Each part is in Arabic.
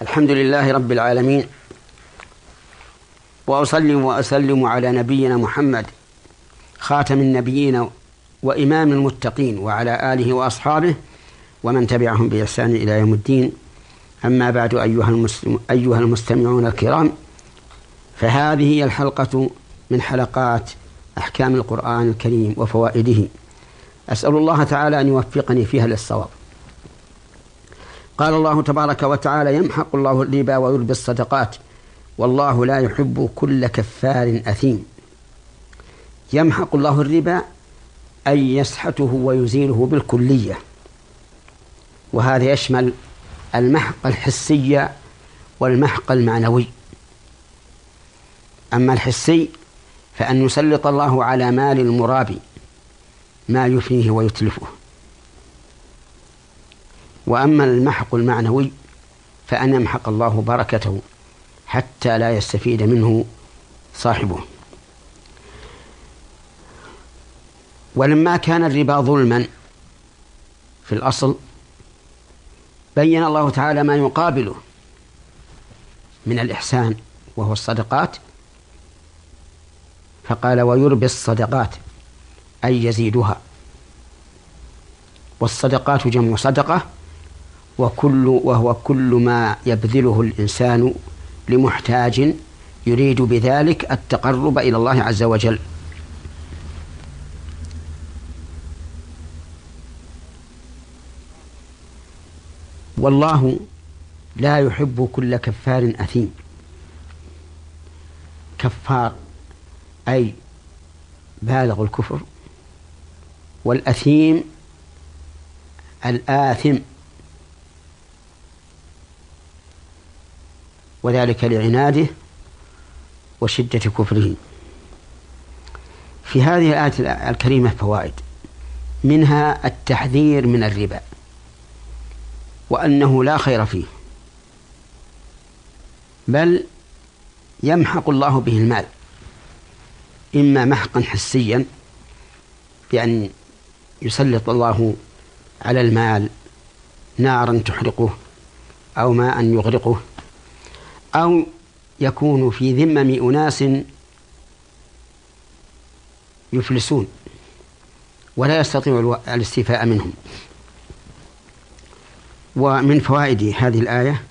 الحمد لله رب العالمين، وأصلي وأسلم على نبينا محمد خاتم النبيين وإمام المتقين، وعلى آله وأصحابه ومن تبعهم بإحسان إلى يوم الدين. أما بعد، أيها المستمعون الكرام، فهذه هي الحلقة من حلقات أحكام القرآن الكريم وفوائده. أسأل الله تعالى أن يوفقني فيها للصواب. قال الله تبارك وتعالى: يمحق الله الربا ويربي الصدقات والله لا يحب كل كفار أثيم. يمحق الله الربا أي يسحته ويزيله بالكلية، وهذا يشمل المحق الحسي والمحق المعنوي. أما الحسي فأن يسلط الله على مال المرابي ما يفنيه ويتلفه، وأما المحق المعنوي فأن يمحق الله بركته حتى لا يستفيد منه صاحبه. ولما كان الربا ظلما في الأصل، بين الله تعالى ما يقابله من الإحسان وهو الصدقات، فقال: ويربي الصدقات أي يزيدها. والصدقات جمع صدقة، وهو كل ما يبذله الإنسان لمحتاج يريد بذلك التقرب إلى الله عز وجل. والله لا يحب كل كفار أثيم. كفار أي بالغ الكفر، والأثيم الآثم، وذلك لعناده وشدة كفره. في هذه الآية الكريمة فوائد، منها التحذير من الربا، وأنه لا خير فيه، بل يمحق الله به المال، إما محقا حسيا بأن يسلط الله على المال نارا تحرقه أو ماء يغرقه، أو يكون في ذمم أناس يفلسون ولا يستطيع الاستيفاء منهم. ومن فوائد هذه الآية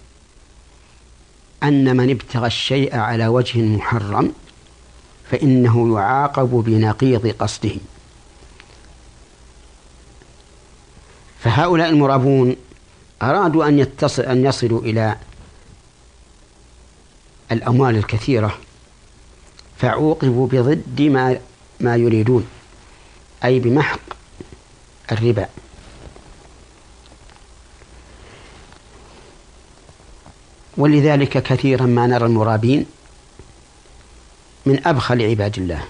أن من ابتغى الشيء على وجه محرم فإنه يعاقب بنقيض قصده. فهؤلاء المرابون أرادوا أن يصلوا إلى الأموال الكثيرة، فعوقبوا بضد ما يريدون، أي بمحق الربا. ولذلك كثيرا ما نرى المرابين من أبخل عباد الله،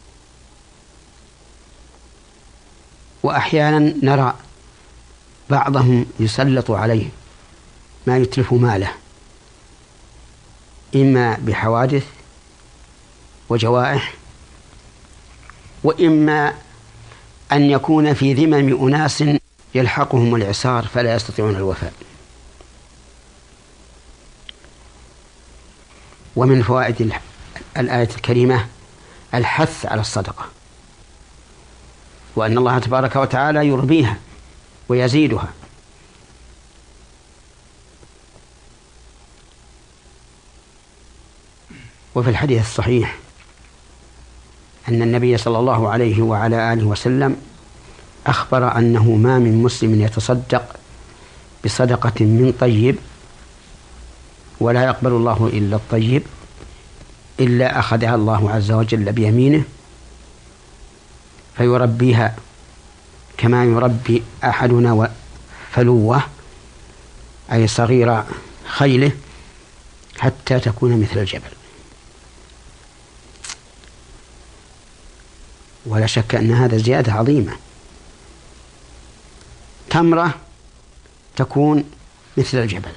وأحيانا نرى بعضهم يسلط عليه ما يتلف ماله، إما بحوادث وجوائح، وإما أن يكون في ذمم أناس يلحقهم الإعسار فلا يستطيعون الوفاء. ومن فوائد الآية الكريمة الحث على الصدقة، وأن الله تبارك وتعالى يربيها ويزيدها. وفي الحديث الصحيح أن النبي صلى الله عليه وعلى آله وسلم أخبر أنه ما من مسلم يتصدق بصدقة من طيب ولا يقبل الله إلا الطيب إلا أخذها الله عز وجل بيمينه فيربيها كما يربي أحدنا فلوه، أي صغير خيله، حتى تكون مثل الجبل. ولا شك أن هذا زيادة عظيمة، تمرة تكون مثل الجبل.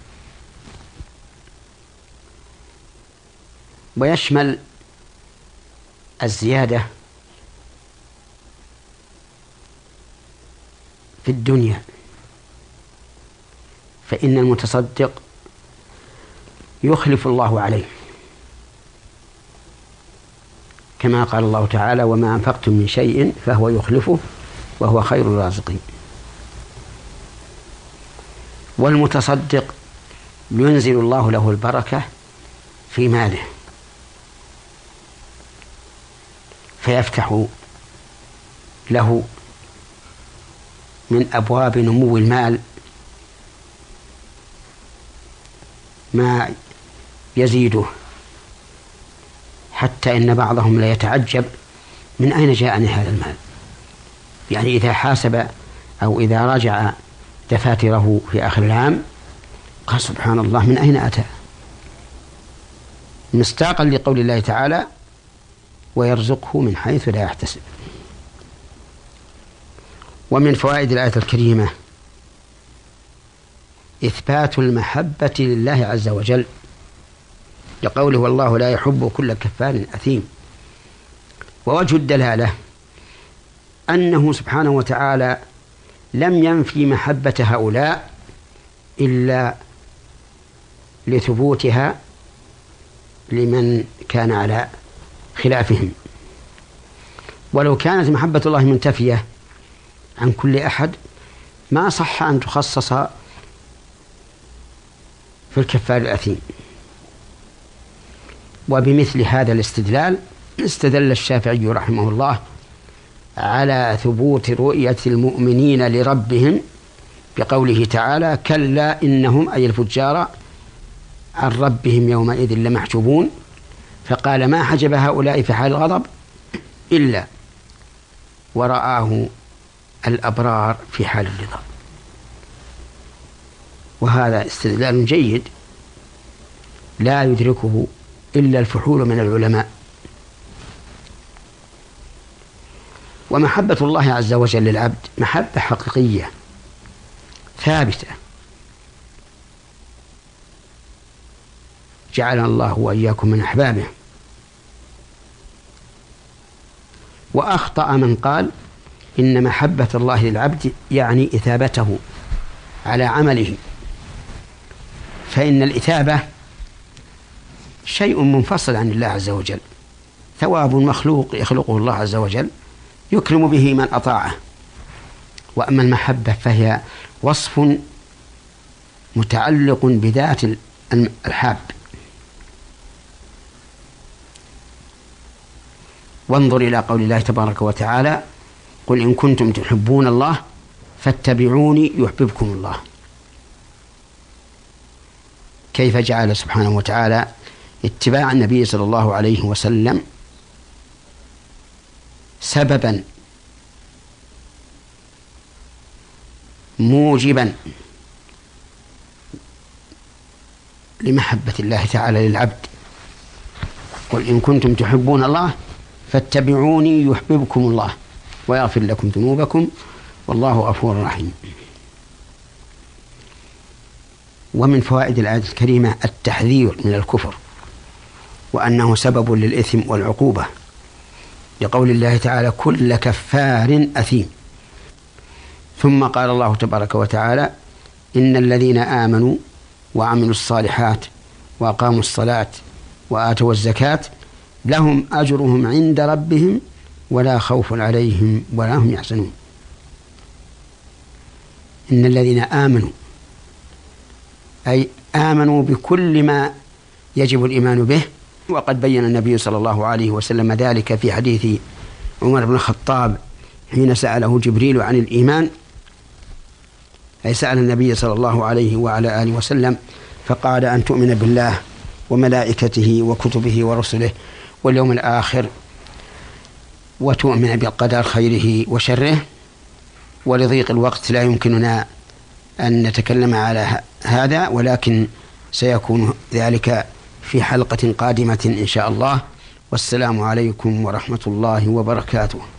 ويشمل الزيادة في الدنيا، فإن المتصدق يخلف الله عليه، كما قال الله تعالى: وما أنفقتم من شيء فهو يخلفه وهو خير الرازقين. والمتصدق ينزل الله له البركة في ماله، فيفتح له من أبواب نمو المال ما يزيده، حتى إن بعضهم لا يتعجب من أين جاءني هذا المال. يعني إذا حاسب أو إذا راجع دفاتره في آخر العام قال: سبحان الله، من أين أتى؟ مصداقا لقول الله تعالى: ويرزقه من حيث لا يحتسب. ومن فوائد الآية الكريمة إثبات المحبة لله عز وجل، لقوله: والله لا يحب كل كفار أثيم. ووجه الدلالة أنه سبحانه وتعالى لم ينفي محبة هؤلاء إلا لثبوتها لمن كان على خلافهم. ولو كانت محبة الله منتفية عن كل أحد ما صح أن تخصص في الكفار الأثيم. وبمثل هذا الاستدلال استدل الشافعي رحمه الله على ثبوت رؤية المؤمنين لربهم بقوله تعالى: كلا إنهم أي الفجار عن ربهم يومئذ لمحجوبون. فقال: ما حجب هؤلاء في حال الغضب إلا ورآه الأبرار في حال الرضا. وهذا استدلال جيد لا يدركه إلا الفحول من العلماء. ومحبة الله عز وجل للعبد محبة حقيقية ثابتة، جعلنا الله وإياكم من أحبابه. وأخطأ من قال إن محبة الله للعبد يعني إثابته على عمله، فإن الإثابة شيء منفصل عن الله عز وجل، ثواب مخلوق يخلقه الله عز وجل يكرم به من أطاعه. وأما المحبة فهي وصف متعلق بذات الحاب. وانظر إلى قول الله تبارك وتعالى: قل إن كنتم تحبون الله فاتبعوني يحببكم الله. كيف جعل سبحانه وتعالى اتباع النبي صلى الله عليه وسلم سببا موجبا لمحبة الله تعالى للعبد. قل إن كنتم تحبون الله فاتبعوني يحببكم الله ويغفر لكم ذنوبكم والله غفور رحيم. ومن فوائد الآية الكريمة التحذير من الكفر، وأنه سبب للإثم والعقوبة، لقول الله تعالى: كل كفار أثيم. ثم قال الله تبارك وتعالى: إن الذين آمنوا وعملوا الصالحات وأقاموا الصلاة وآتوا الزكاة لهم أجرهم عند ربهم ولا خوف عليهم ولا هم يحزنون. إن الذين آمنوا أي آمنوا بكل ما يجب الإيمان به. وقد بين النبي صلى الله عليه وسلم ذلك في حديث عمر بن الخطاب حين سأله جبريل عن الإيمان، أي سأل النبي صلى الله عليه وعلى آله وسلم فقال: أن تؤمن بالله وملائكته وكتبه ورسله واليوم الآخر وتؤمن بالقدر خيره وشره. ولضيق الوقت لا يمكننا أن نتكلم على هذا، ولكن سيكون ذلك في حلقة قادمة إن شاء الله. والسلام عليكم ورحمة الله وبركاته.